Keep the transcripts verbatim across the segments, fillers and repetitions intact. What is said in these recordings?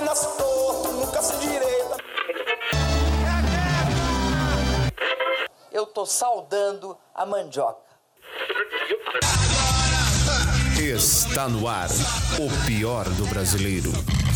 nasce torto, nunca se direita. Eu tô saudando a mandioca. Está no ar o pior do brasileiro.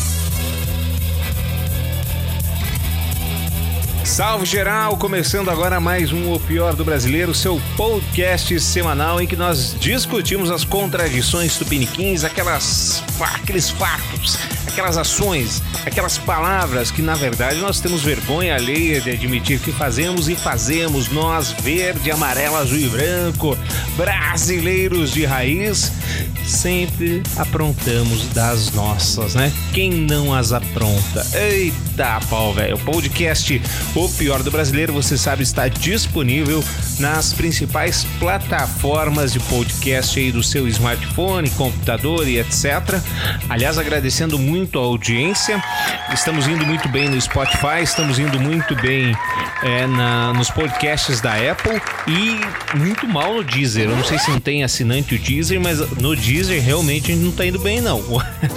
Salve geral, começando agora mais um O Pior do Brasileiro, seu podcast semanal em que nós discutimos as contradições tupiniquins, aquelas, aqueles fatos, aquelas ações, aquelas palavras que na verdade nós temos vergonha alheia de admitir que fazemos e fazemos, nós verde, amarelo, azul e branco, brasileiros de raiz, sempre aprontamos das nossas, né? Quem não as apronta? Eita pau, velho, o podcast O Pior do Brasileiro, você sabe, está disponível nas principais plataformas de podcast aí do seu smartphone, computador e etcétera. Aliás, agradecendo muito a audiência, estamos indo muito bem no Spotify, estamos indo muito bem é, na, nos podcasts da Apple e muito mal no Deezer. Eu não sei se não tem assinante o Deezer, mas no Deezer realmente a gente não está indo bem, não.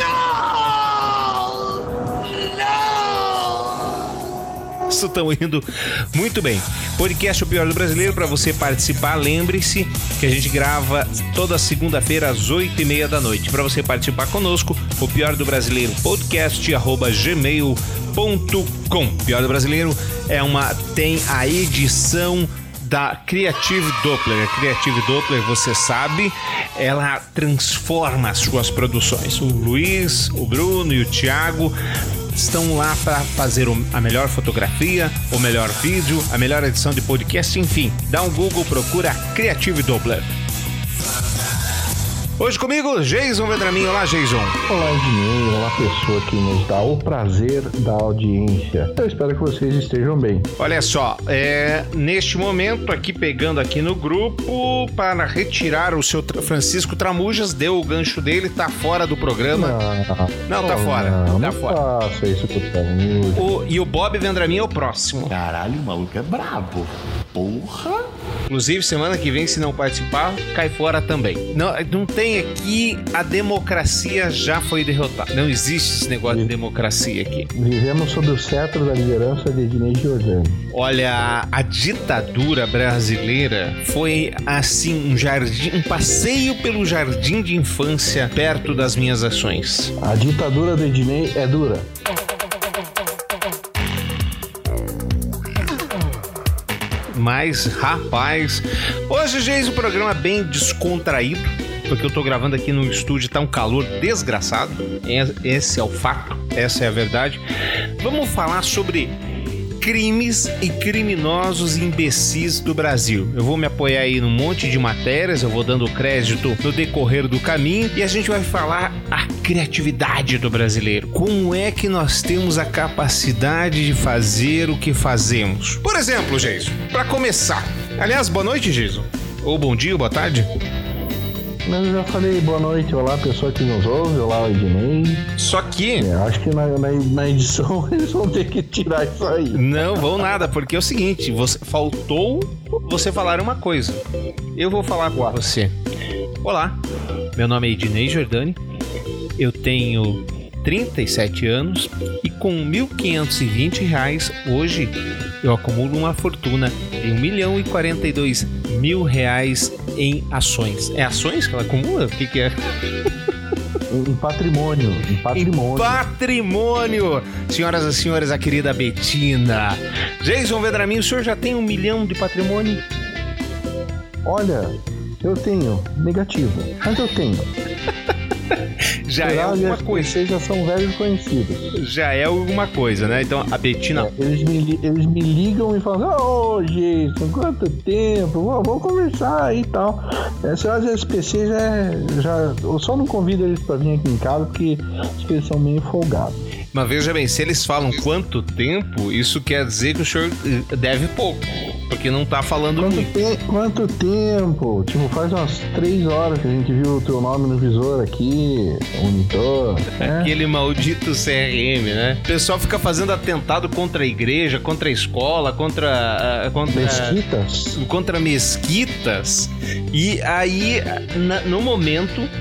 Estão indo muito bem. Podcast O Pior do Brasileiro, para você participar, lembre-se que a gente grava toda segunda-feira às oito e meia da noite. Para você participar conosco, o Pior do Brasileiro podcast arroba gmail ponto com. Pior do Brasileiro é uma tem a edição da Creative Doppler. A Creative Doppler, você sabe, ela transforma as suas produções. O Luiz, o Bruno e o Thiago estão lá para fazer a melhor fotografia, o melhor vídeo, a melhor edição de podcast, enfim. Dá um Google, procura Creative Doppler. Hoje comigo, Jason Vendramin. Olá, Jason. Olá, Ednei. Olá, pessoa que nos dá o prazer da audiência. Eu espero que vocês estejam bem. Olha só, é, neste momento, aqui pegando aqui no grupo, para retirar o seu tra- Francisco Tramujas, deu o gancho dele, tá fora do programa. Não, não tá fora. Não, tá não fora. Faça isso com o Tramujas. O, e o Bob Vendramin é o próximo. Caralho, o maluco é brabo. Porra! Inclusive, semana que vem, se não participar, cai fora também. Não, não tem aqui, a democracia já foi derrotada. Não existe esse negócio de democracia aqui. Vivemos sob o cetro da liderança de Ednei Giordani. Olha, a ditadura brasileira foi assim, um jardim, um passeio pelo jardim de infância perto das minhas ações. A ditadura do Ednei é dura. Mas, rapaz, hoje, gente, o programa é bem descontraído, porque eu tô gravando aqui no estúdio, tá um calor desgraçado. Esse é o fato, essa é a verdade. Vamos falar sobre crimes e criminosos imbecis do Brasil. Eu vou me apoiar aí num monte de matérias, eu vou dando crédito no decorrer do caminho e a gente vai falar a criatividade do brasileiro. Como é que nós temos a capacidade de fazer o que fazemos? Por exemplo, Jason, para começar. Aliás, boa noite, Jason. Ou bom dia, boa tarde. Mas eu já falei boa noite, olá, pessoa que nos ouve, olá, Ednei. Só que... É, acho que na, na, na edição eles vão ter que tirar isso aí. Não vão nada, porque é o seguinte, você, faltou você falar uma coisa. Eu vou falar com você. Olá, meu nome é Ednei Giordani, eu tenho trinta e sete anos e com mil quinhentos e vinte reais hoje eu acumulo uma fortuna de um milhão e quarenta e dois mil reais em ações. É ações que ela acumula? O que que é? Em patrimônio, em patrimônio. Em patrimônio! Senhoras e senhores, a querida Betina. Jason Vendramin, o senhor já tem um milhão de patrimônio? Olha, eu tenho negativo, mas eu tenho. Já é alguma coisa. Vocês já são velhos conhecidos. Já é alguma coisa, né? Então, a Betina... É, eles, me, eles me ligam e falam, ô, oh, Jason, quanto tempo? Vamos, vamos conversar aí e tal. É, senhoras S P C já, já... Eu só não convido eles pra vir aqui em casa porque eles são meio folgados. Mas veja bem, se eles falam quanto tempo, isso quer dizer que o senhor deve pouco. Porque não tá falando quanto muito. Te- quanto tempo? Tipo, faz umas três horas que a gente viu o teu nome no visor aqui, monitor. Né? Aquele maldito C R M, né? O pessoal fica fazendo atentado contra a igreja, contra a escola, contra... Uh, contra mesquitas? Contra mesquitas. E aí, na, no momento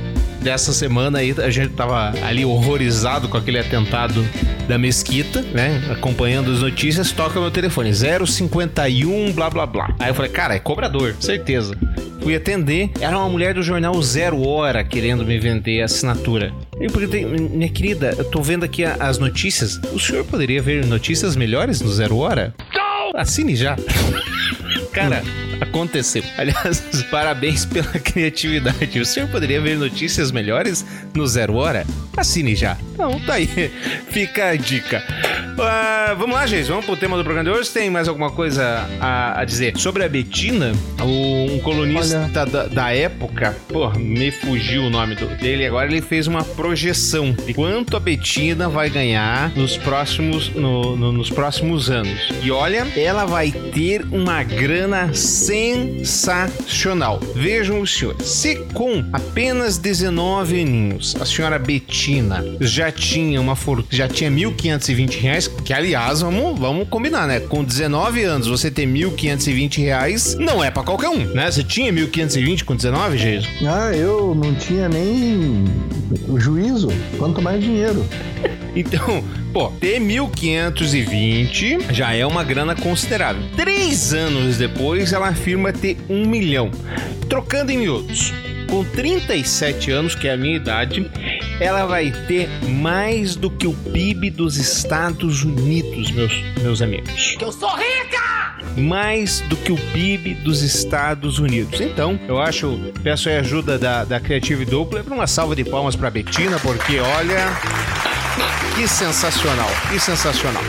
dessa semana aí, a gente tava ali horrorizado com aquele atentado da Mesquita, né? Acompanhando as notícias, toca meu telefone, zero cinquenta e um, blá blá blá. Aí eu falei, cara, é cobrador, certeza. Fui atender, era uma mulher do jornal Zero Hora querendo me vender a assinatura. Eu perguntei, minha querida, eu tô vendo aqui as notícias, o senhor poderia ver notícias melhores no Zero Hora? Não! Assine já. Cara, aconteceu. Aliás, parabéns pela criatividade. O senhor poderia ver notícias melhores no Zero Hora? Assine já. Então, tá aí. Fica a dica. Uh, vamos lá, gente. Vamos pro tema do programa de hoje. Tem mais alguma coisa a, a dizer? Sobre a Betina, o, um colunista da, da época, pô, me fugiu o nome do, dele. Agora ele fez uma projeção de quanto a Betina vai ganhar nos próximos, no, no, nos próximos anos. E olha, ela vai ter uma grana sensacional. Vejam os senhores. Se com apenas dezenove aninhos a senhora Betina já tinha uma fortuna, já tinha mil quinhentos e vinte reais, que aliás, vamos, vamos combinar, né? Com dezenove anos você ter mil quinhentos e vinte reais não é pra qualquer um, né? Você tinha mil quinhentos e vinte com dezenove, Geiso? Ah, eu não tinha nem juízo, quanto mais dinheiro. Então, pô, ter mil quinhentos e vinte já é uma grana considerável. Três anos depois, ela afirma ter um milhão. Trocando em miúdos, com trinta e sete anos, que é a minha idade, ela vai ter mais do que o P I B dos Estados Unidos, meus, meus amigos. Que eu sou rica! Mais do que o P I B dos Estados Unidos. Então, eu acho, peço aí a ajuda da, da Creative Dupla para uma salva de palmas pra Betina, porque olha, que sensacional, que sensacional.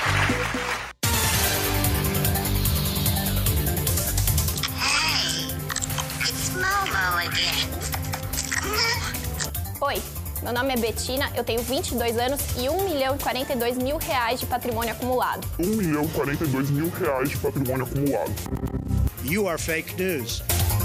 Oi, meu nome é Betina, eu tenho vinte e dois anos e um milhão e quarenta e dois mil reais de patrimônio acumulado. um milhão e quarenta e dois mil reais de patrimônio acumulado. You are fake news.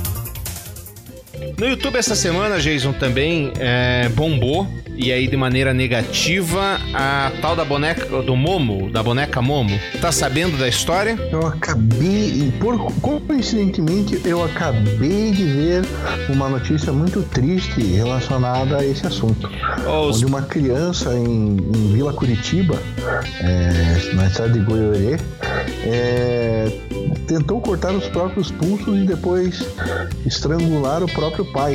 No YouTube essa semana, Jason, também é, bombou, e aí de maneira negativa, a tal da boneca, do Momo, da boneca Momo. Tá sabendo da história? Eu acabei, por coincidentemente, eu acabei de ver uma notícia muito triste relacionada a esse assunto. Os... Onde uma criança em, em Vila Curitiba, é, na cidade de Goiorê, é, tentou cortar os próprios pulsos e depois estrangular o próprio pai.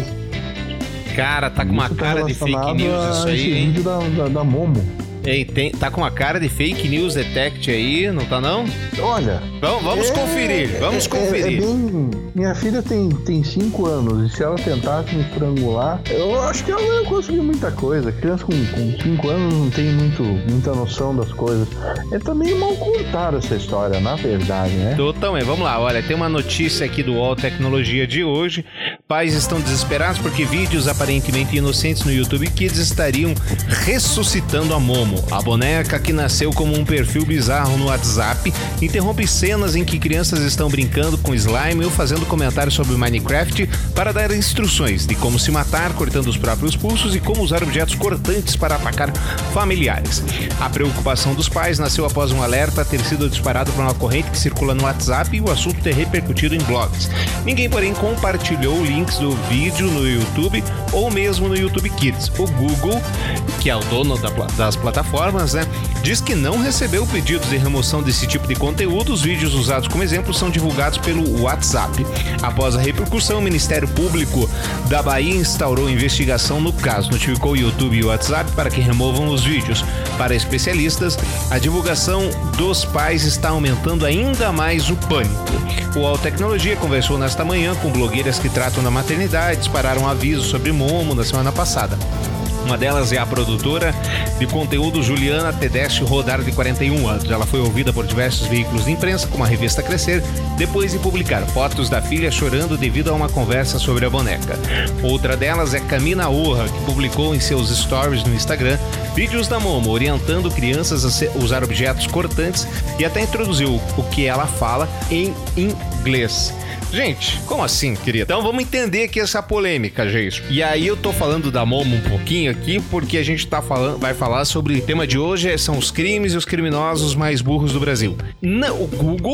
Cara, tá com uma isso cara tá de fake news isso aí, esse hein? Vídeo da, da, da Momo. Ei, tem, tá com uma cara de fake news detect aí, não tá não? Olha... Vamos, vamos é, conferir, vamos é, conferir. É, é bem... Minha filha tem, tem cinco anos e se ela tentasse me estrangular, eu acho que ela não ia conseguir muita coisa. Criança com, com cinco anos não tem muito, muita noção das coisas. É também mal contada essa história, na verdade, né? Totalmente, vamos lá, olha, tem uma notícia aqui do U O L Tecnologia de hoje. Pais estão desesperados porque vídeos aparentemente inocentes no YouTube Kids estariam ressuscitando a Momo. A boneca, que nasceu como um perfil bizarro no WhatsApp, interrompe cenas em que crianças estão brincando com slime ou fazendo comentários sobre Minecraft para dar instruções de como se matar, cortando os próprios pulsos e como usar objetos cortantes para atacar familiares. A preocupação dos pais nasceu após um alerta ter sido disparado por uma corrente que circula no WhatsApp e o assunto ter repercutido em blogs. Ninguém, porém, compartilhou links do vídeo no YouTube ou mesmo no YouTube Kids. O Google, que é o dono da, das plataformas, Formas, né, diz que não recebeu pedidos de remoção desse tipo de conteúdo. Os vídeos usados como exemplo são divulgados pelo WhatsApp. Após a repercussão, o Ministério Público da Bahia instaurou investigação no caso, notificou o YouTube e o WhatsApp para que removam os vídeos. Para especialistas, a divulgação dos pais está aumentando ainda mais o pânico. O U O L Tecnologia conversou nesta manhã com blogueiras que tratam da maternidade, dispararam um aviso sobre Momo na semana passada. Uma delas é a produtora de conteúdo Juliana Tedeschi Rodar, de quarenta e um anos. Ela foi ouvida por diversos veículos de imprensa, como a revista Crescer, depois de publicar fotos da filha chorando devido a uma conversa sobre a boneca. Outra delas é Camina Urra, que publicou em seus stories no Instagram vídeos da Momo orientando crianças a usar objetos cortantes e até introduziu o que ela fala em inglês. Gente, como assim, querido? Então vamos entender aqui essa polêmica, gente. E aí eu tô falando da Momo um pouquinho aqui, porque a gente tá falando, vai falar sobre o tema de hoje, são os crimes e os criminosos mais burros do Brasil. Não, o Google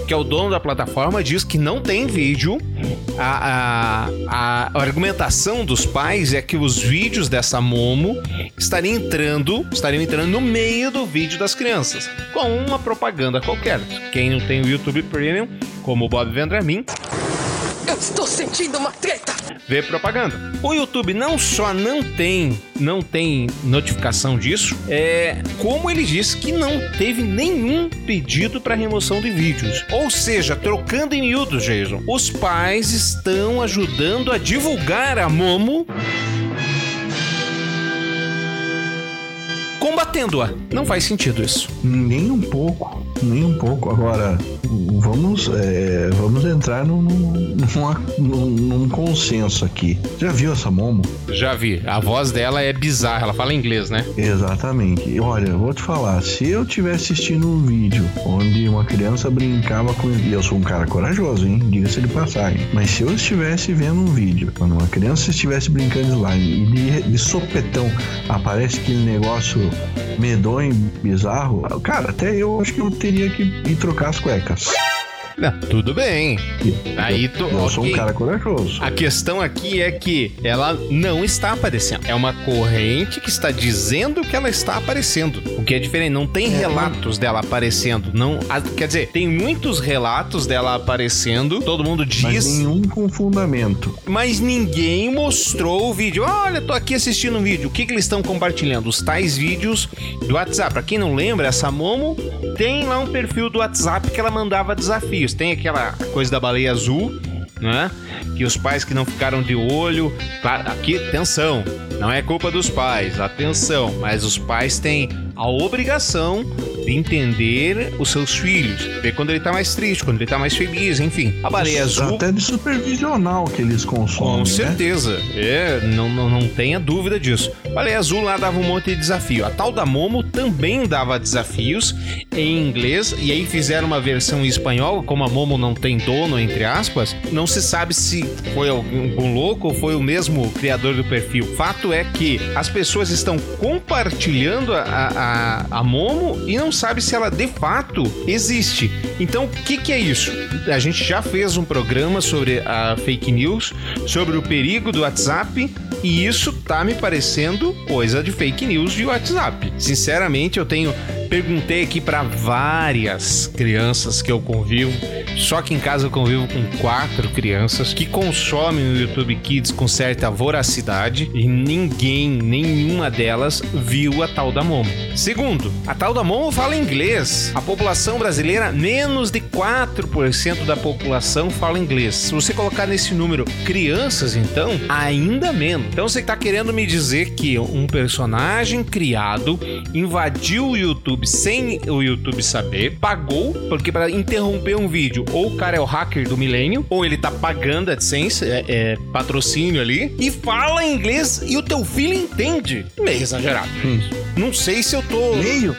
que é o dono da plataforma, diz que não tem vídeo. A, a, a argumentação dos pais é que os vídeos dessa Momo estariam entrando, estariam entrando no meio do vídeo das crianças, com uma propaganda qualquer. Quem não tem o YouTube Premium, como o Bob Vendramin, Eu estou sentindo uma treta! vê propaganda. O YouTube não só não tem, não tem notificação disso, é como ele disse que não teve nenhum pedido para remoção de vídeos. Ou seja, trocando em miúdos, Jason, os pais estão ajudando a divulgar a Momo, combatendo-a. Não faz sentido isso. Nem um pouco, nem um pouco. Agora, vamos, é, vamos entrar num, num, num, num consenso aqui. Já viu essa Momo? Já vi. A voz dela é bizarra. Ela fala inglês, né? Exatamente. E olha, eu vou te falar, se eu tivesse assistindo um vídeo onde uma criança brincava com... E eu sou um cara corajoso, hein? Diga-se de passagem. Mas se eu estivesse vendo um vídeo quando uma criança estivesse brincando de slime e de, de sopetão aparece aquele negócio medonho, bizarro, cara, até eu acho que eu teria que ir trocar as cuecas. Não, tudo bem. Aí tu, eu sou okay. um cara corajoso. A questão aqui é que ela não está aparecendo. É uma corrente que está dizendo que ela está aparecendo. O que é diferente. Não tem é, relatos dela aparecendo. Não, quer dizer, tem muitos relatos dela aparecendo. Todo mundo diz. Mas nenhum com fundamento. Mas ninguém mostrou o vídeo. Olha, tô aqui assistindo um vídeo. O que, que eles estão compartilhando? Os tais vídeos do WhatsApp. Pra quem não lembra, essa Momo tem lá um perfil do WhatsApp que ela mandava desafios. Tem aquela coisa da baleia azul, né? Que os pais que não ficaram de olho... Claro, aqui, atenção, não é culpa dos pais, atenção. Mas os pais têm a obrigação de entender os seus filhos. Ver quando ele tá mais triste, quando ele tá mais feliz, enfim. A baleia azul... Até de supervisional que eles consomem, Com certeza. Né? É, não, não, não tenha dúvida disso. A baleia azul lá dava um monte de desafio. A tal da Momo também dava desafios em inglês, e aí fizeram uma versão em espanhol. Como a Momo não tem dono, entre aspas, não se sabe se foi algum louco ou foi o mesmo criador do perfil. Fato é que as pessoas estão compartilhando a, a, a Momo e não sabe se ela de fato existe. Então, o que, que é isso? A gente já fez um programa sobre a fake news, sobre o perigo do WhatsApp, e isso tá me parecendo coisa de fake news de WhatsApp. Sinceramente, eu tenho... Perguntei aqui para várias crianças que eu convivo. Só que em casa eu convivo com quatro crianças que consomem o YouTube Kids com certa voracidade e ninguém, nenhuma delas viu a tal da Momo. Segundo, a tal da Momo fala inglês. A população brasileira, menos de quatro por cento da população fala inglês. Se você colocar nesse número crianças, então, ainda menos. Então você tá querendo me dizer que um personagem criado invadiu o YouTube sem o YouTube saber, pagou, porque para interromper um vídeo, ou o cara é o hacker do milênio, ou ele tá pagando AdSense, é, é patrocínio ali, e fala inglês e o teu filho entende. Meio exagerado. Hum. Não sei se eu tô... Meio?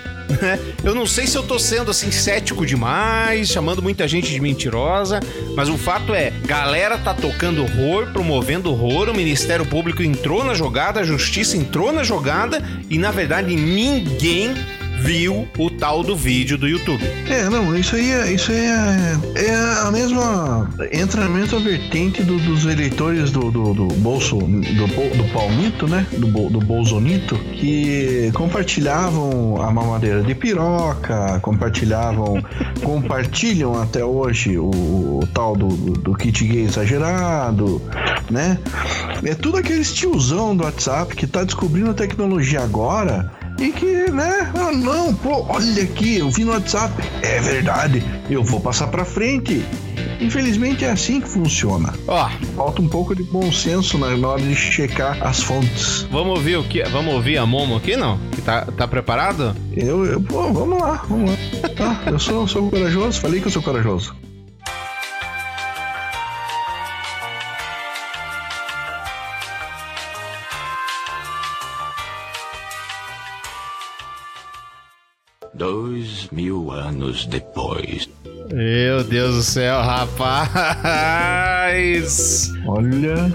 Eu não sei se eu tô sendo assim cético demais, chamando muita gente de mentirosa, mas o fato é, galera tá tocando horror, promovendo horror, o Ministério Público entrou na jogada, a Justiça entrou na jogada e na verdade ninguém viu o tal do vídeo do YouTube. É, não, isso aí é, isso aí é, é a mesma, entra na mesma vertente do, dos eleitores do, do, do Bolso, do, do Palmito, né, do, do Bolsonito, que compartilhavam a mamadeira de piroca, compartilhavam, compartilham até hoje o, o tal do, do, do kit gay exagerado, né, é tudo aqueles tiozão do WhatsApp que tá descobrindo a tecnologia agora e que, né, ah, não, pô, olha aqui, eu vi no WhatsApp, é verdade, eu vou passar pra frente. Infelizmente é assim que funciona. Ó, falta um pouco de bom senso na hora de checar as fontes. Vamos ouvir o que? Vamos ouvir a Momo aqui, não? Que tá, tá preparado? Eu, eu, pô, vamos lá, vamos lá. Tá, eu sou, sou corajoso, falei que eu sou corajoso. Dois mil anos depois. Meu Deus do céu, rapaz! Olha.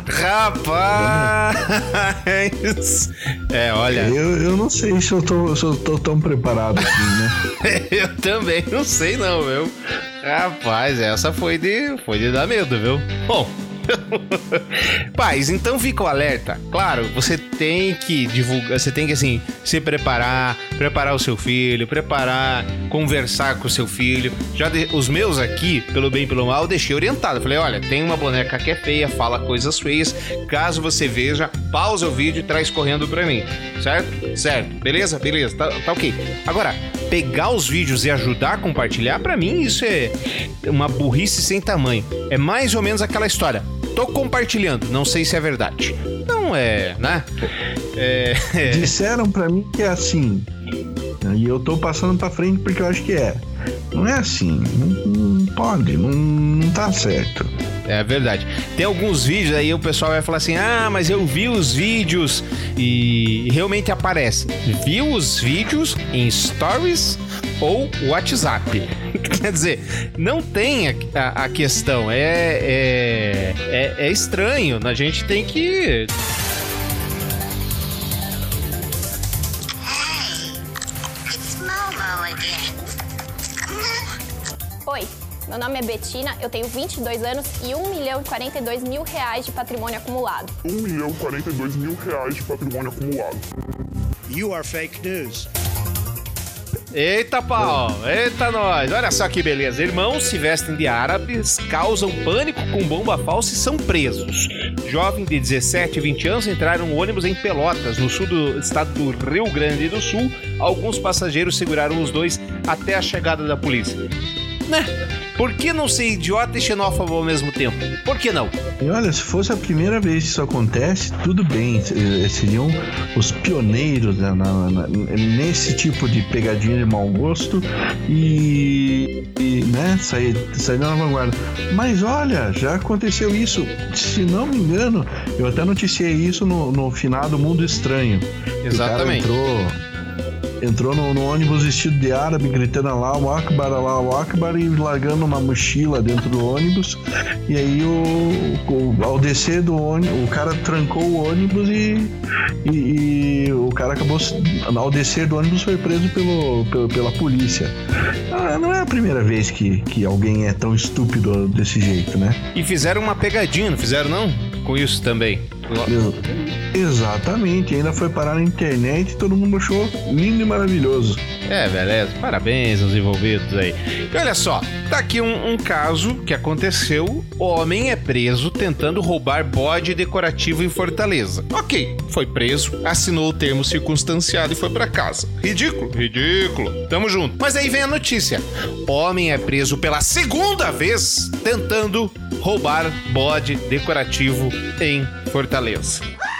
Rapaz! É, olha. Eu, eu não sei se eu, tô, se eu tô tão preparado assim, né? Eu também não sei, não, viu? Rapaz, essa foi de, foi de dar medo, viu? Bom. Pais, então fica o alerta. Claro, você tem que divulgar, você tem que assim se preparar, preparar o seu filho, preparar, conversar com o seu filho. Já de, os meus aqui, pelo bem e pelo mal, eu deixei orientado. Falei, olha, tem uma boneca que é feia, fala coisas feias. Caso você veja, pausa o vídeo e traz correndo pra mim. Certo? Certo. Beleza? Beleza. Tá, tá ok. Agora, pegar os vídeos e ajudar a compartilhar, pra mim isso é uma burrice sem tamanho. É mais ou menos aquela história. Tô compartilhando, não sei se é verdade. Não é, né? É... Disseram pra mim que é assim. E eu tô passando pra frente porque eu acho que é. Não é assim. Não, não pode, não, não tá certo. É verdade. Tem alguns vídeos aí o pessoal vai falar assim: ah, mas eu vi os vídeos e realmente aparece. Viu os vídeos em Stories ou WhatsApp. Quer dizer, não tem a, a, a questão. É, é, é, é estranho. A gente tem que... Oi, meu nome é Betina, eu tenho vinte e dois anos e um milhão e quarenta e dois mil reais de patrimônio acumulado. um milhão e quarenta e dois mil reais de patrimônio acumulado. You are fake news. Eita pau, eita nós, olha só que beleza. Irmãos se vestem de árabes, causam pânico com bomba falsa e são presos. Jovem de dezessete e vinte anos entraram no ônibus em Pelotas, no sul do estado do Rio Grande do Sul. Alguns passageiros seguraram os dois até a chegada da polícia. Né? Por que não ser idiota e xenófobo ao mesmo tempo? Por que não? E olha, se fosse a primeira vez que isso acontece, tudo bem. Seriam os pioneiros na, na, na, nesse tipo de pegadinha de mau gosto e, e né, sair, sair na vanguarda. Mas olha, já aconteceu isso. Se não me engano, eu até noticiei isso no, no finado Mundo Estranho. Exatamente. O cara entrou... Entrou no, no ônibus vestido de árabe, gritando Allahu Akbar, Allahu Akbar e largando uma mochila dentro do ônibus. E aí, o, o, ao descer do ônibus, o cara trancou o ônibus e, e, e o cara acabou, ao descer do ônibus, foi preso pelo, pelo, pela polícia. Ah, não é a primeira vez que, que alguém é tão estúpido desse jeito, né? E fizeram uma pegadinha, não fizeram não? Com isso também. Eu, exatamente, ainda foi parar na internet e todo mundo achou lindo e maravilhoso. É, beleza, parabéns aos envolvidos aí. E olha só, tá aqui um, um caso que aconteceu. O homem é preso tentando roubar bode decorativo em Fortaleza. Ok, foi preso, assinou o termo circunstanciado e foi pra casa. Ridículo, ridículo, tamo junto. Mas aí vem a notícia: o homem é preso pela segunda vez tentando roubar bode decorativo em Fortaleza.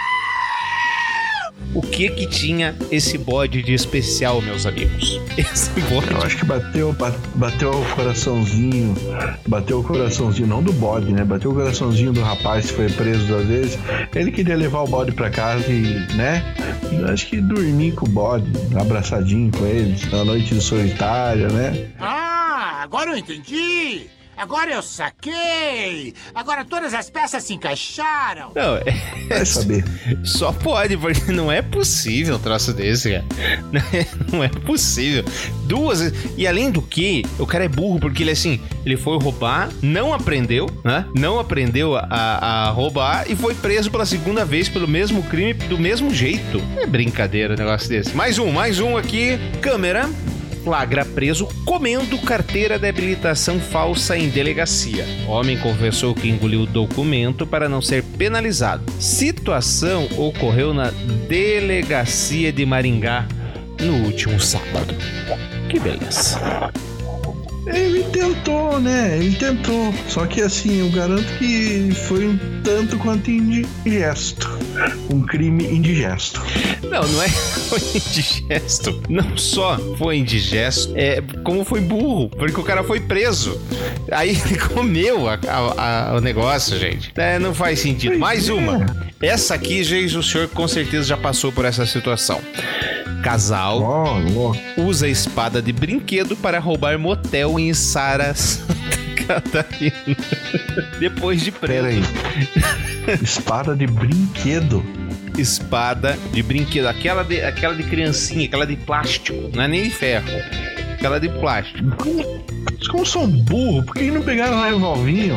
O que que tinha esse bode de especial, meus amigos? Esse bode... Eu acho que bateu, bateu o coraçãozinho, bateu o coraçãozinho, não do bode, né? Bateu o coraçãozinho do rapaz que foi preso duas vezes. Ele queria levar o bode pra casa e, né? Eu acho que dormir com o bode, abraçadinho com ele, na noite solitária, né? Ah, agora eu entendi! Agora eu saquei! Agora todas as peças se encaixaram! Não, é... Vai saber. Só pode, porque não é possível um troço desse, cara. Não é, não é possível. Duas... E além do que, o cara é burro, porque ele assim, ele foi roubar, não aprendeu, né? Não aprendeu a, a roubar e foi preso pela segunda vez pelo mesmo crime, do mesmo jeito. É brincadeira um negócio desse. Mais um, mais um aqui. Câmera flagra preso comendo carteira de habilitação falsa em delegacia. Homem confessou que engoliu o documento para não ser penalizado. Situação ocorreu na delegacia de Maringá no último sábado. Que beleza. Ele tentou, né? Ele tentou. Só que assim, eu garanto que foi um tanto quanto indigesto. Um crime indigesto. Não, não é foi indigesto. Não só foi indigesto, é como foi burro, porque o cara foi preso. Aí ele comeu a, a, a, o negócio, gente. É, não faz sentido. Mais uma. Essa aqui, gente, o senhor com certeza já passou por essa situação. Casal oh, oh. usa espada de brinquedo para roubar motel em Sara, Santa Catarina. Depois de preso. Pera aí. Espada de brinquedo? Espada de brinquedo. Aquela de, aquela de criancinha, aquela de plástico. Não é nem de ferro. Aquela de plástico. Mas como são burros, por que não pegaram o revolvinho?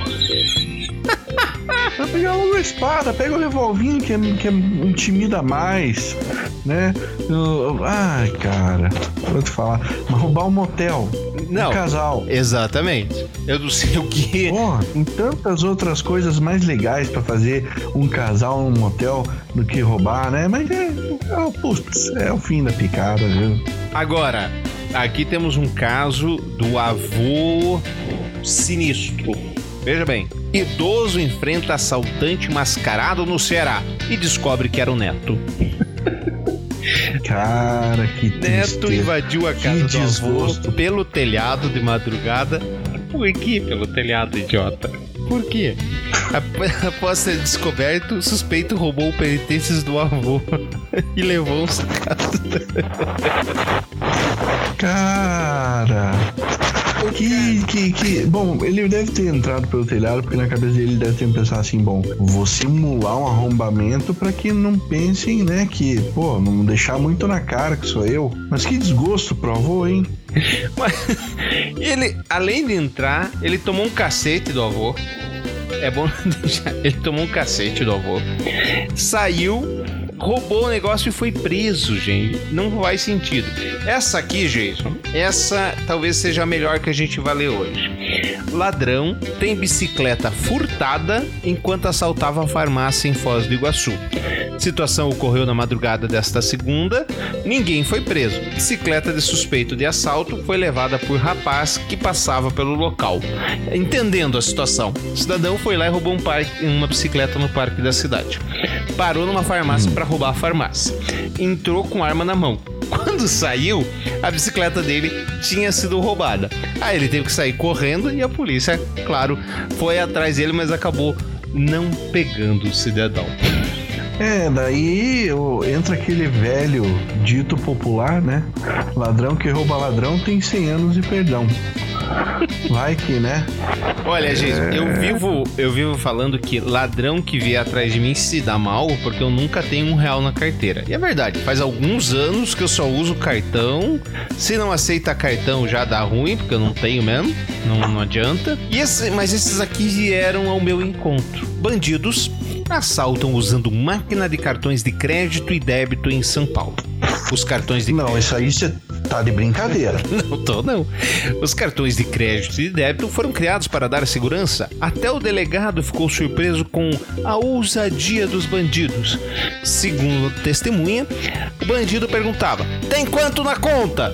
Vai pegar logo a espada, pega o revolvinho que é, que é intimida mais, né? Eu, ai, cara, vou te falar. Mas roubar um motel, não, um casal. Exatamente. Eu não sei o que. Pô, tem tantas outras coisas mais legais pra fazer um casal num motel do que roubar, né? Mas é, é, putz, é o fim da picada, viu? Agora, aqui temos um caso do avô sinistro. Veja bem, idoso enfrenta assaltante mascarado no Ceará e descobre que era o neto. Cara, que tristeza. Neto invadiu a casa que do desgosto. avô pelo telhado de madrugada. Por que pelo telhado, idiota? Por quê? Após ser descoberto, o suspeito roubou pertences do avô e levou-os a casa. Cara... Que, que, que... Bom, ele deve ter entrado pelo telhado porque na cabeça dele ele deve ter pensado assim, bom, vou simular um arrombamento pra que não pensem, né, que, pô, não deixar muito na cara que sou eu. Mas que desgosto pro avô, hein? Mas ele, além de entrar, ele tomou um cacete do avô. É bom deixar... Ele tomou um cacete do avô. Saiu... Roubou o negócio e foi preso, gente. Não faz sentido. Essa aqui, Jason, essa talvez seja a melhor que a gente vai ler hoje. Ladrão tem bicicleta furtada enquanto assaltava a farmácia em Foz do Iguaçu. Situação ocorreu na madrugada desta segunda. Ninguém foi preso. Bicicleta de suspeito de assalto foi levada por rapaz que passava pelo local. Entendendo a situação, o cidadão foi lá e roubou um parque, uma bicicleta no parque da cidade. Parou numa farmácia para roubar a farmácia. Entrou com arma na mão. Quando saiu, a bicicleta dele tinha sido roubada. Aí ele teve que sair correndo e a polícia, claro, foi atrás dele, mas acabou não pegando o cidadão. É, daí entra aquele velho dito popular, né? Ladrão que rouba ladrão tem cem anos de perdão. Vai que, né? Olha, gente, é... eu vivo eu vivo falando que ladrão que vier atrás de mim se dá mal porque eu nunca tenho um real na carteira. E é verdade, faz alguns anos que eu só uso cartão. Se não aceita cartão já dá ruim, porque eu não tenho mesmo, não, não adianta. E esse, mas esses aqui vieram ao meu encontro. Bandidos assaltam usando máquina de cartões de crédito e débito em São Paulo. Os cartões de Não, crédito... isso aí você tá de brincadeira. Não tô, não. Os cartões de crédito e débito foram criados para dar segurança. Até o delegado ficou surpreso com a ousadia dos bandidos. Segundo testemunha, o bandido perguntava: tem quanto na conta?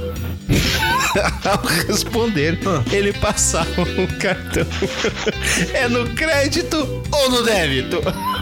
Ao responder, ele passava o cartão. É no crédito ou no débito?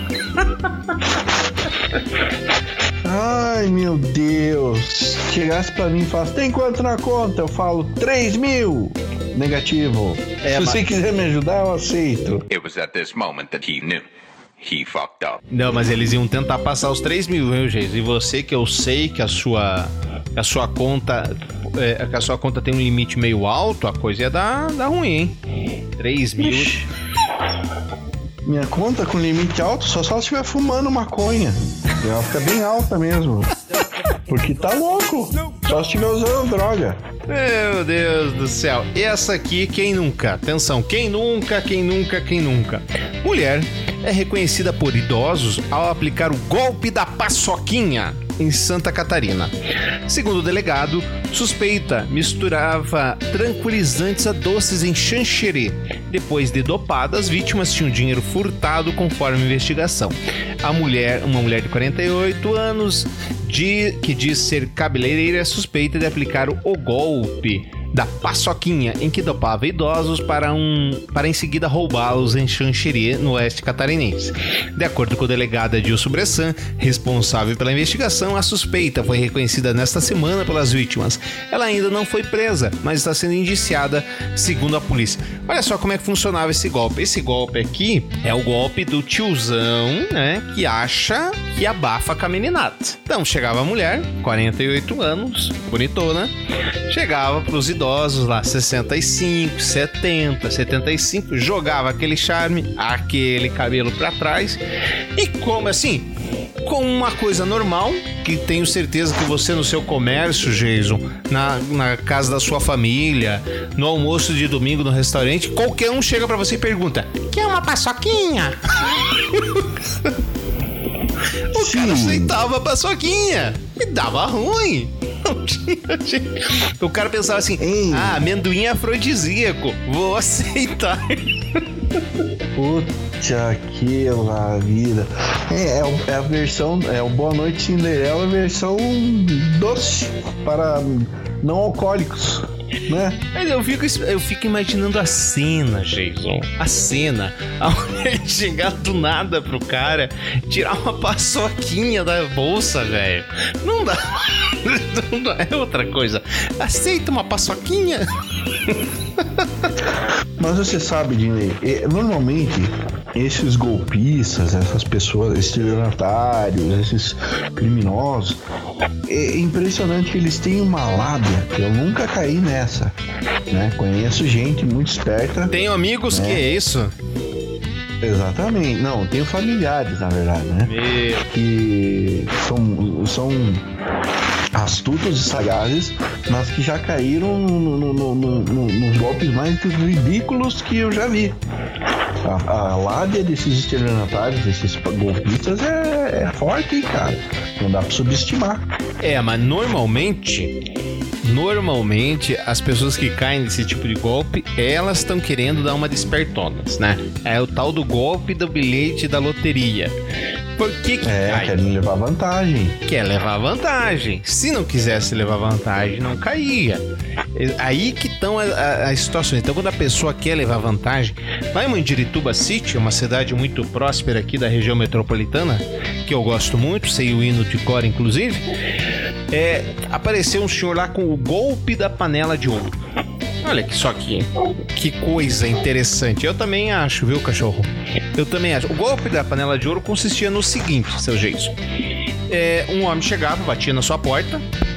Ai, meu Deus. Chegasse pra mim e falasse: tem quanto na conta? Eu falo: três mil. Negativo. É, Se mas... você quiser me ajudar, eu aceito. It was at this moment that he knew. He fucked up. Não, mas eles iam tentar passar os três mil, viu, gente? E você, que eu sei que a sua, a sua conta... É, que a sua conta tem um limite meio alto, a coisa ia dar, dar ruim, hein? três mil... Ixi. Minha conta com limite alto só só se estiver fumando maconha. Ela fica bem alta mesmo. Porque tá louco. Só se estiver usando droga. Meu Deus do céu. Essa aqui, quem nunca? Atenção, quem nunca, quem nunca, quem nunca? Mulher é reconhecida por idosos ao aplicar o golpe da paçoquinha em Santa Catarina. Segundo o delegado, suspeita misturava tranquilizantes a doces em Xanxerê. Depois de dopada, as vítimas tinham dinheiro furtado conforme a investigação. A mulher, uma mulher de quarenta e oito anos, de, que diz ser cabeleireira, é suspeita de aplicar o golpe da paçoquinha, em que dopava idosos para, um, para em seguida roubá-los em Xanxerê, no oeste catarinense. De acordo com o delegado Adilson Bressan, responsável pela investigação, a suspeita foi reconhecida nesta semana pelas vítimas. Ela ainda não foi presa, mas está sendo indiciada, segundo a polícia. Olha só como é que funcionava esse golpe. Esse golpe aqui é o golpe do tiozão, né, que acha que abafa com a meninada. Então chegava a mulher, quarenta e oito anos, bonitona, chegava pros idosos lá, sessenta e cinco, setenta, setenta e cinco, jogava aquele charme, aquele cabelo pra trás e como assim? Com uma coisa normal, que tenho certeza que você no seu comércio, Jason, na, na casa da sua família, no almoço de domingo no restaurante, qualquer um chega pra você e pergunta: quer uma paçoquinha? O Sim. cara aceitava a paçoquinha e dava ruim. O cara pensava assim: Ei. ah, amendoim é afrodisíaco, vou aceitar. Puta aquela vida. É, é, é a versão, é o Boa Noite Cinderela, versão doce para não alcoólicos, né? Mas eu fico, eu fico imaginando a cena, Jason. A cena. A mulher chegar do nada pro cara, tirar uma paçoquinha da bolsa, velho. Não dá. Não dá. É outra coisa. Aceita uma paçoquinha? Mas você sabe, Dinley, normalmente esses golpistas, essas pessoas, estelionatários, esses criminosos, é impressionante que eles têm uma lábia. Eu nunca caí nessa, né? Conheço gente muito esperta. Tenho amigos, né? Que é isso? Exatamente. Não, tenho familiares, na verdade, né? Meu. Que são, são astutos e sagazes, mas que já caíram no, no, no, no, nos golpes mais ridículos que eu já vi. A, a lábia desses estelionatários, desses golpistas é, é forte, hein, cara? Não dá pra subestimar. É, mas normalmente... Normalmente, as pessoas que caem nesse tipo de golpe, elas estão querendo dar uma despertonas, né? É o tal do golpe do bilhete da loteria. Por que que é, cai? Querem levar vantagem. Quer levar vantagem. Se não quisesse levar vantagem, não caía. Aí que estão as situações. Então, quando a pessoa quer levar vantagem, lá em Mandirituba City, uma cidade muito próspera aqui da região metropolitana, que eu gosto muito, sei o hino de cor, inclusive, é, apareceu um senhor lá com o golpe da panela de ouro. Olha que só que, que coisa interessante. Eu também acho, viu, cachorro? Eu também acho. O golpe da panela de ouro consistia no seguinte, seu Jason. É, um homem chegava, batia na sua porta.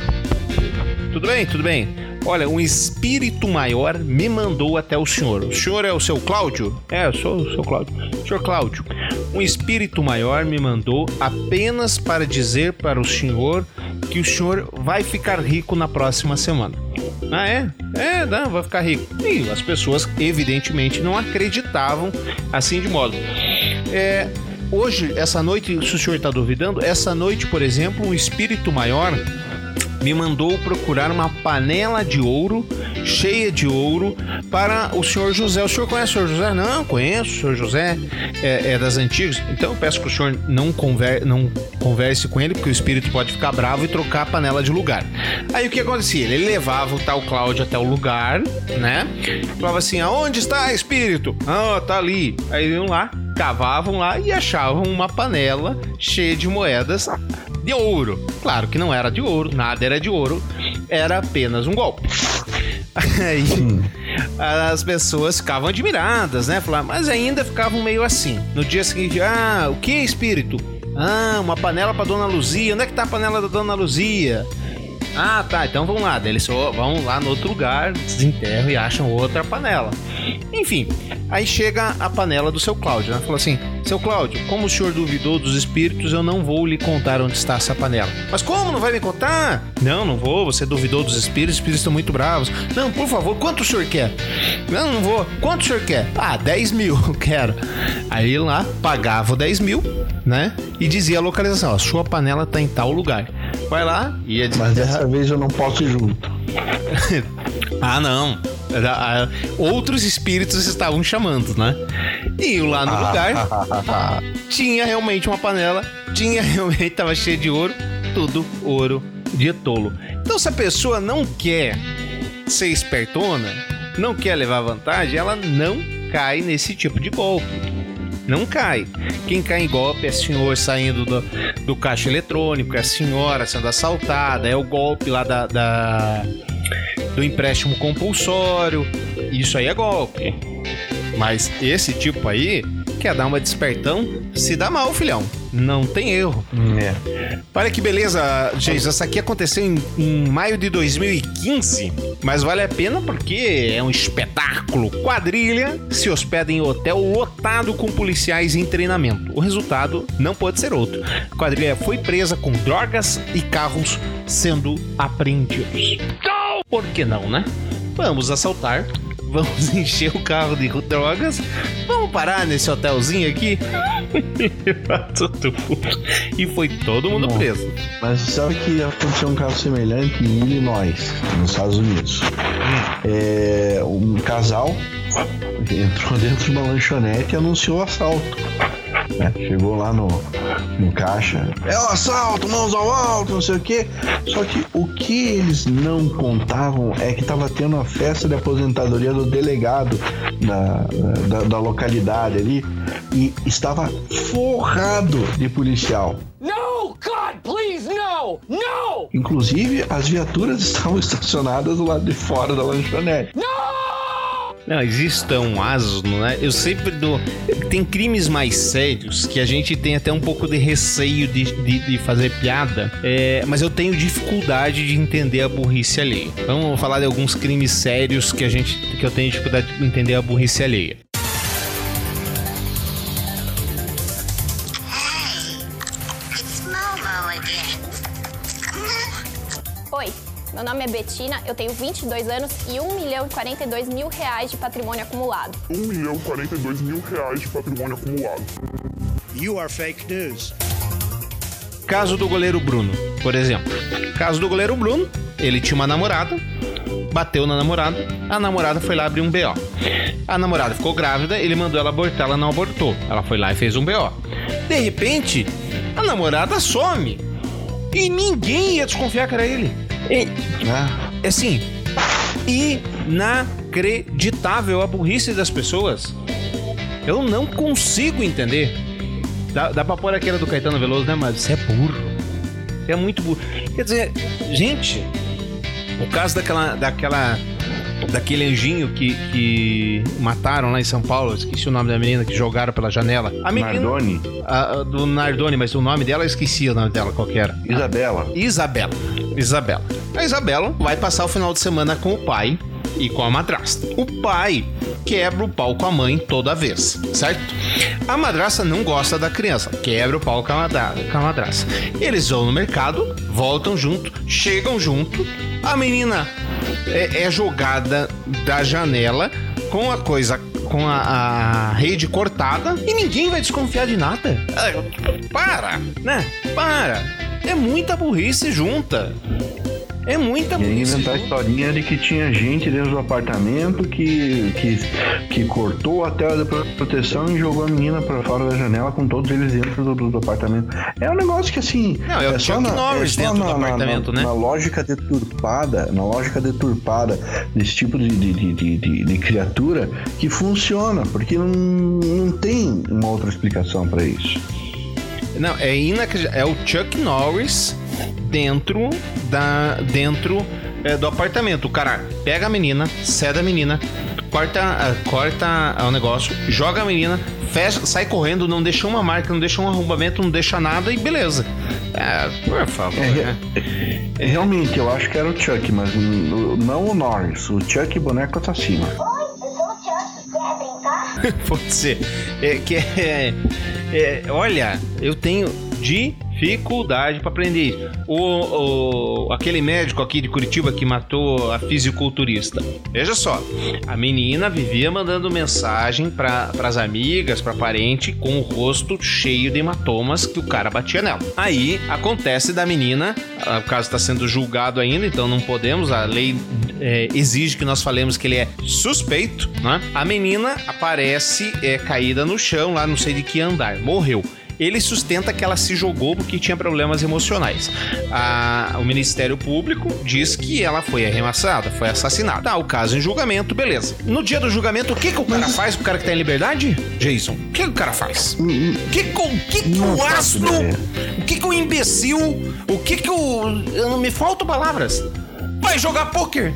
Tudo bem, tudo bem. Olha, um espírito maior me mandou até o senhor. O senhor é o seu Cláudio? É, eu sou o seu Cláudio. Senhor Cláudio, um espírito maior me mandou apenas para dizer para o senhor que o senhor vai ficar rico na próxima semana. Ah, é? É, não, vai ficar rico. E as pessoas, evidentemente, não acreditavam assim de modo. É, hoje, essa noite, se o senhor está duvidando, essa noite, por exemplo, um espírito maior me mandou procurar uma panela de ouro, cheia de ouro, para o senhor José. O senhor conhece o senhor José? Não, conheço o senhor José, é, é das antigas. Então eu peço que o senhor não, conver, não converse com ele, porque o espírito pode ficar bravo e trocar a panela de lugar. Aí o que acontecia? Ele levava o tal Cláudio até o lugar, né? Falava assim: aonde está espírito? Ah, tá ali. Aí iam lá, cavavam lá e achavam uma panela cheia de moedas de ouro. Claro que não era de ouro, nada era de ouro, era apenas um golpe. Aí as pessoas ficavam admiradas, né? Falavam, mas ainda ficavam meio assim. No dia seguinte, ah, o que, espírito? Ah, uma panela pra Dona Luzia. Onde é que tá a panela da Dona Luzia? Ah, tá, então vamos lá. Daí eles só vão lá no outro lugar, desenterram e acham outra panela. Enfim, aí chega a panela do seu Cláudio, né? Falou assim: seu Cláudio, como o senhor duvidou dos espíritos, eu não vou lhe contar onde está essa panela. Mas como? Não vai me contar? Não, não vou, você duvidou dos espíritos, os espíritos estão muito bravos. Não, por favor, quanto o senhor quer? Não, não vou. Quanto o senhor quer? Ah, dez mil, quero. Aí lá, pagava o dez mil, né? E dizia a localização: ó, sua panela tá em tal lugar. Vai lá, ia dizer. Mas dessa vez eu não posso ir junto. Ah, não. Outros espíritos estavam chamando, né? E lá no lugar tinha realmente uma panela, tinha realmente, tava cheia de ouro, tudo ouro de tolo. Então, se a pessoa não quer ser espertona, não quer levar vantagem, ela não cai nesse tipo de golpe. Não cai. Quem cai em golpe é senhor saindo do, do caixa eletrônico, é a senhora sendo assaltada, é o golpe lá da, da do empréstimo compulsório. Isso aí é golpe. Mas esse tipo aí quer dar uma despertão, se dá mal, filhão. Não tem erro. É. Olha que beleza, Jason. Essa aqui aconteceu em, em maio de dois mil e quinze, mas vale a pena porque é um espetáculo. Quadrilha se hospeda em hotel lotado com policiais em treinamento. O resultado não pode ser outro. A quadrilha foi presa com drogas e carros sendo apreendidos. Por que não, né? Vamos assaltar. Vamos encher o carro de drogas. Vamos parar nesse hotelzinho aqui. Todo mundo. E foi todo mundo Bom, preso. Mas sabe que aconteceu um caso semelhante em Illinois, nos Estados Unidos. É, um casal entrou dentro de uma lanchonete e anunciou assalto. É, chegou lá no, no caixa, é o assalto, mãos ao alto, não sei o que. Só que o que eles não contavam é que tava tendo a festa de aposentadoria do delegado da, da, da localidade ali e estava forrado de policial. No, God, please, no! No! Inclusive, as viaturas estavam estacionadas do lado de fora da lanchonete. Não, existe um asno, né? Eu sempre dou... Tem crimes mais sérios que a gente tem até um pouco de receio de, de, de fazer piada, é, mas eu tenho dificuldade de entender a burrice alheia. Vamos falar de alguns crimes sérios que, a gente, que eu tenho dificuldade de entender a burrice alheia. Oi, meu nome é Betina, eu tenho vinte e dois anos e um milhão e quarenta e dois mil reais de patrimônio acumulado. um milhão e quarenta e dois mil reais de patrimônio acumulado. You are fake news. Caso do goleiro Bruno, por exemplo. Caso do goleiro Bruno, ele tinha uma namorada, bateu na namorada, a namorada foi lá abrir um B O. A namorada ficou grávida, ele mandou ela abortar, ela não abortou. Ela foi lá e fez um B O. De repente, a namorada some. E ninguém ia desconfiar que era ele. E, ah. Assim, inacreditável a burrice das pessoas. Eu não consigo entender. Dá, dá pra pôr aquela do Caetano Veloso, né? Mas você é burro. Você é muito burro. Quer dizer, gente, o caso daquela... daquela daquele anjinho que, que mataram lá em São Paulo, esqueci o nome da menina que jogaram pela janela. A menina, Nardoni? A, a, do Nardoni, mas o nome dela, eu esqueci o nome dela, qual que era? Isabela. Isabela. Isabela. A Isabela vai passar o final de semana com o pai e com a madrasta. O pai quebra o pau com a mãe toda vez, certo? A madrasta não gosta da criança, quebra o pau com a, madra- com a madrasta. Eles vão no mercado, voltam junto, chegam junto, a menina é, é jogada da janela com a coisa, com a, a rede cortada e ninguém vai desconfiar de nada. Para, né? Para. É muita burrice junta. É muita burrice. E inventar a historinha de que tinha gente dentro do apartamento que, que, que cortou a tela de proteção e jogou a menina pra fora da janela com todos eles dentro do, do apartamento. É um negócio que assim... Não, é o é Chuck Norris é dentro na, do apartamento, na, né? Na lógica deturpada, na lógica deturpada desse tipo de, de, de, de, de criatura que funciona, porque não, não tem uma outra explicação pra isso. Não, é inacreditável. É o Chuck Norris dentro da dentro é, do apartamento. O cara pega a menina, cede a menina, corta, uh, corta o negócio, joga a menina, fecha, sai correndo, não deixa uma marca, não deixa um arrombamento, não deixa nada e beleza. É, por favor. É, né? é, realmente, eu acho que era o Chuck, mas não o Norris. O Chuck boneco assassino. Pode ser. É, que é, é, olha, eu tenho dificuldade para aprender isso. O, o, aquele médico aqui de Curitiba que matou a fisiculturista. Veja só, a menina vivia mandando mensagem para as amigas, para parente, com o rosto cheio de hematomas que o cara batia nela. Aí acontece da menina, o caso está sendo julgado ainda, então não podemos, a lei é, exige que nós falemos que ele é suspeito, né? A menina aparece é, caída no chão, lá não sei de que andar, morreu. Ele sustenta que ela se jogou porque tinha problemas emocionais. A, o Ministério Público diz que ela foi arremessada, foi assassinada. Tá, o caso em julgamento, beleza. No dia do julgamento, o que, que o cara Mas... faz? O cara que tá em liberdade? Jason, o que, que o cara faz? O que, que, que, que o asno? O que, que o imbecil? O que, que o. Eu não me faltam palavras. Vai jogar pôquer.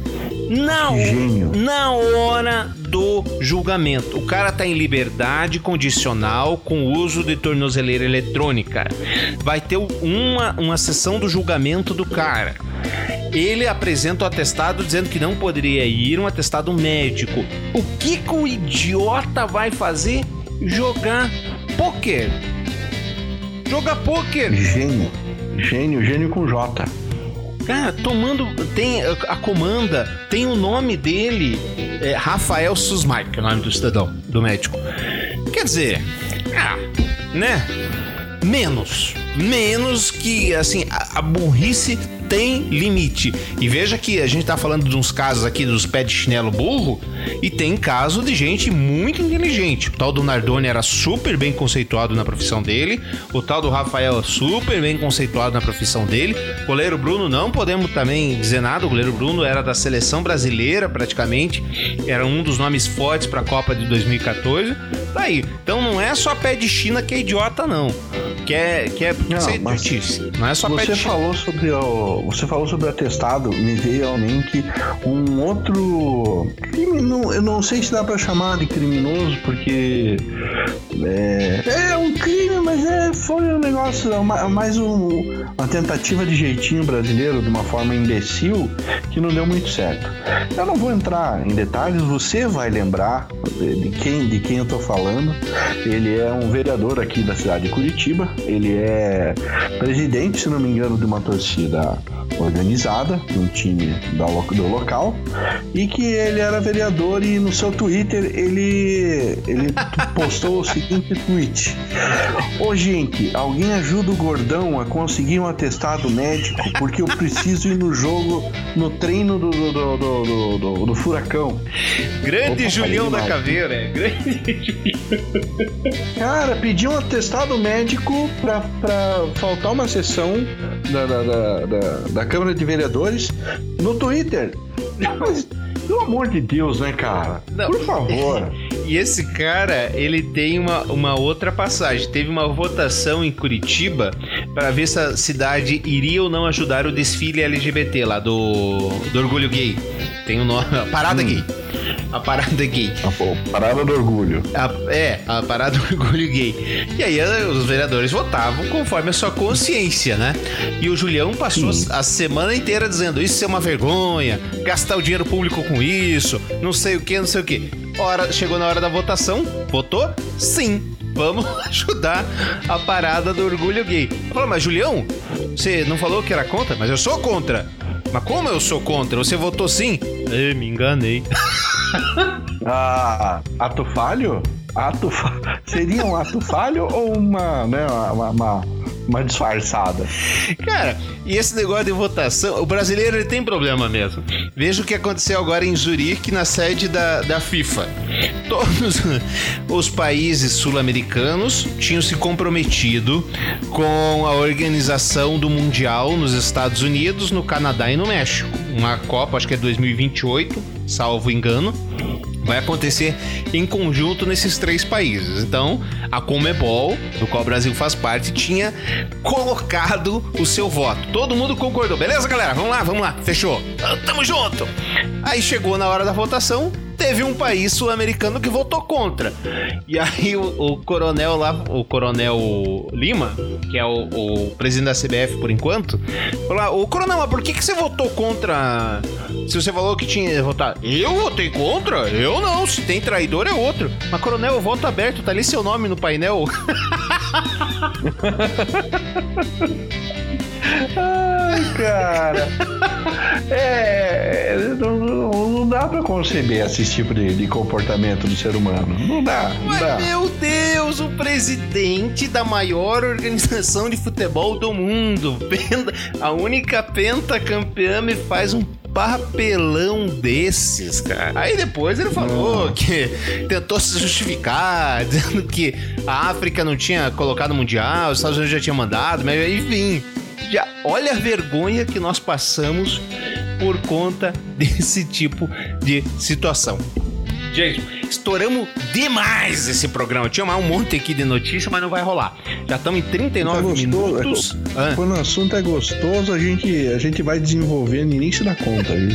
Na, na hora do julgamento. O cara tá em liberdade condicional com o uso de tornozeleira eletrônica. Vai ter uma, uma sessão do julgamento do cara. Ele apresenta o atestado dizendo que não poderia ir, um atestado médico. O que que o idiota vai fazer? Jogar pôquer. Jogar pôquer. Gênio. Gênio, gênio com J. Cara, tomando... Tem a comanda, tem o nome dele, é Rafael Susmai, que é o nome do cidadão, do médico. Quer dizer, ah, né? Menos. Menos que, assim, a, a burrice tem limite. E veja que a gente tá falando de uns casos aqui dos pés de chinelo burro, e tem caso de gente muito inteligente. O tal do Nardoni era super bem conceituado na profissão dele, o tal do Rafael super bem conceituado na profissão dele. O goleiro Bruno, não podemos também dizer nada, o goleiro Bruno era da seleção brasileira praticamente, era um dos nomes fortes para a Copa de dois mil e catorze. Tá aí. Então não é só pé de China que é idiota, não. Que é, que é, não, ser mas idiotice. Não é só pé você de China. falou sobre o, você falou sobre o atestado, me veio à mente um outro crime, não, eu não sei se dá pra chamar de criminoso, porque é, é um crime, mas é, foi um negócio, mais um, uma tentativa de jeitinho brasileiro, de uma forma imbecil, que não deu muito certo. Eu não vou entrar em detalhes, você vai lembrar de quem, de quem eu tô falando. Ele é um vereador aqui da cidade de Curitiba, ele é presidente, se não me engano, de uma torcida organizada, de um time do local, e que ele era vereador, e no seu Twitter ele, ele postou o seguinte tweet: ô gente, alguém ajuda o gordão a conseguir um atestado médico, porque eu preciso ir no jogo, no treino do, do, do, do, do, do Furacão. Grande Opa, Julião da Caveira, é grande. Cara, pediu um atestado médico pra, pra faltar uma sessão da, da, da, da, da Câmara de Vereadores no Twitter. Mas, pelo amor de Deus, né, cara? Não. Por favor. E esse cara, ele tem uma, uma outra passagem. Teve uma votação em Curitiba para ver se a cidade iria ou não ajudar o desfile L G B T lá do, do Orgulho Gay. Tem o nome, a Parada hum. Gay. A Parada Gay. A Parada do Orgulho. A, é, a Parada do Orgulho Gay. E aí os vereadores votavam conforme a sua consciência, né? E o Julião passou Sim. a semana inteira dizendo: isso é uma vergonha, gastar o dinheiro público com isso, não sei o que, não sei o que. Hora, chegou na hora da votação, votou? Sim. Vamos ajudar a Parada do Orgulho Gay. Falou, mas Julião, você não falou que era contra? Mas eu sou contra. Mas como eu sou contra? Você votou sim? Eu me enganei. Ah, ato falho? Ato fa... Seria um ato falho ou uma, né, uma, uma, uma disfarçada? Cara, e esse negócio de votação, o brasileiro ele tem problema mesmo. Veja o que aconteceu agora em Zurique, na sede da, da FIFA. Todos os países sul-americanos tinham se comprometido com a organização do Mundial nos Estados Unidos, no Canadá e no México. Uma Copa, acho que é dois mil e vinte e oito, salvo engano, vai acontecer em conjunto nesses três países. Então, a Conmebol, do qual o Brasil faz parte, tinha colocado o seu voto. Todo mundo concordou. Beleza, galera? Vamos lá, vamos lá. Fechou. Tamo junto. Aí chegou na hora da votação, teve um país sul-americano que votou contra. E aí o, o coronel lá, o coronel Lima, que é o, o presidente da C B F por enquanto, falou: ô coronel, mas por que, que você votou contra? Se você falou que tinha votado. Eu votei contra? Eu não, se tem traidor é outro. Mas coronel, o voto aberto, tá ali seu nome no painel. Ai, cara. É, não, não dá pra conceber esse tipo de, de comportamento do ser humano. Não dá, não Mas, dá. Meu Deus, o presidente da maior organização de futebol do mundo, a única pentacampeã, me faz um papelão desses, cara. Aí depois ele falou não. que tentou se justificar, dizendo que a África não tinha colocado o Mundial, os Estados Unidos já tinham mandado, mas enfim. Já, olha a vergonha que nós passamos por conta desse tipo de situação. Gente, estouramos demais esse programa. Tinha mais um monte aqui de notícia, mas não vai rolar. Já estamos em trinta e nove minutos. Ah. Quando o assunto é gostoso, a gente, a gente vai desenvolver no início da conta, viu?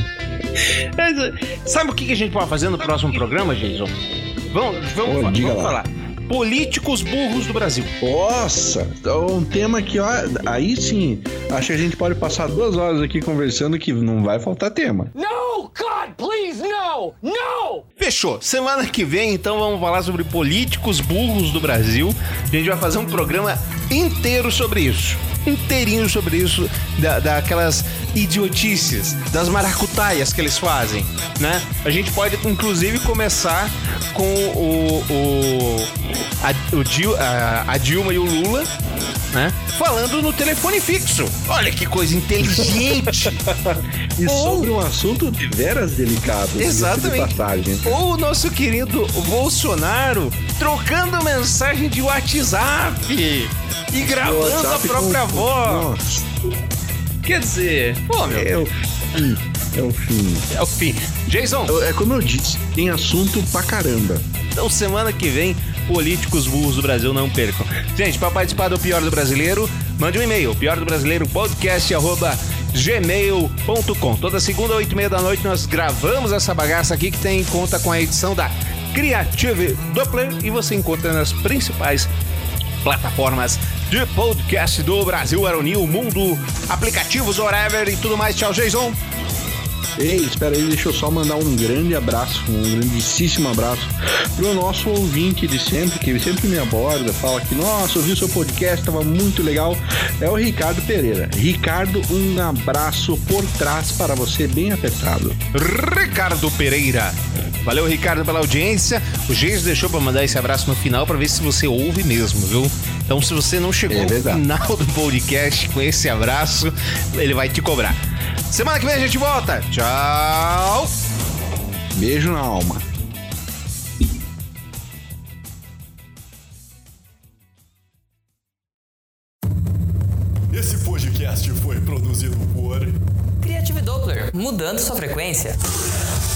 Sabe o que a gente pode fazer no próximo programa, Jason? Vamos, vamos, Ô, vamos diga falar. Políticos burros do Brasil. Nossa, um tema que, ó, aí sim, acho que a gente pode passar duas horas aqui conversando que não vai faltar tema. No, God, please, no, no! Fechou. Semana que vem, então, vamos falar sobre políticos burros do Brasil. A gente vai fazer um programa inteiro sobre isso. Inteirinho sobre isso, da, daquelas idiotices, das maracutaias que eles fazem, né? A gente pode, inclusive, começar com o, o, a, o Dil, a, a Dilma e o Lula, né? Falando no telefone fixo. Olha que coisa inteligente. E sobre um assunto de veras delicado. Exatamente. De Ou o nosso querido Bolsonaro trocando mensagem de WhatsApp e gravando WhatsApp a própria com... voz. Nossa. Quer dizer, pô, meu. É o fim. É o fim. É o fim. Jason. É como eu disse, tem assunto pra caramba. Então, semana que vem, políticos burros do Brasil, não percam. Gente, para participar do Pior do Brasileiro, mande um e-mail, pior do brasileiro podcast arroba gmail ponto com. Toda segunda, oito e meia da noite, nós gravamos essa bagaça aqui que tem em conta com a edição da Creative Doppler e você encontra nas principais plataformas de podcast do Brasil, Aeronil, Mundo, aplicativos, whatever e tudo mais. Tchau, Jason. Ei, espera aí, deixa eu só mandar um grande abraço, um grandíssimo abraço pro nosso ouvinte de sempre, que sempre me aborda, fala que, nossa, ouvi o seu podcast, tava muito legal, é o Ricardo Pereira. Ricardo, um abraço por trás para você, bem apertado. Ricardo Pereira. Valeu, Ricardo, pela audiência. O Geis deixou pra mandar esse abraço no final pra ver se você ouve mesmo, viu? Então, se você não chegou é ao final do podcast com esse abraço, ele vai te cobrar. Semana que vem a gente volta. Tchau. Beijo na alma. Esse podcast foi produzido por Creative Doppler, mudando sua frequência.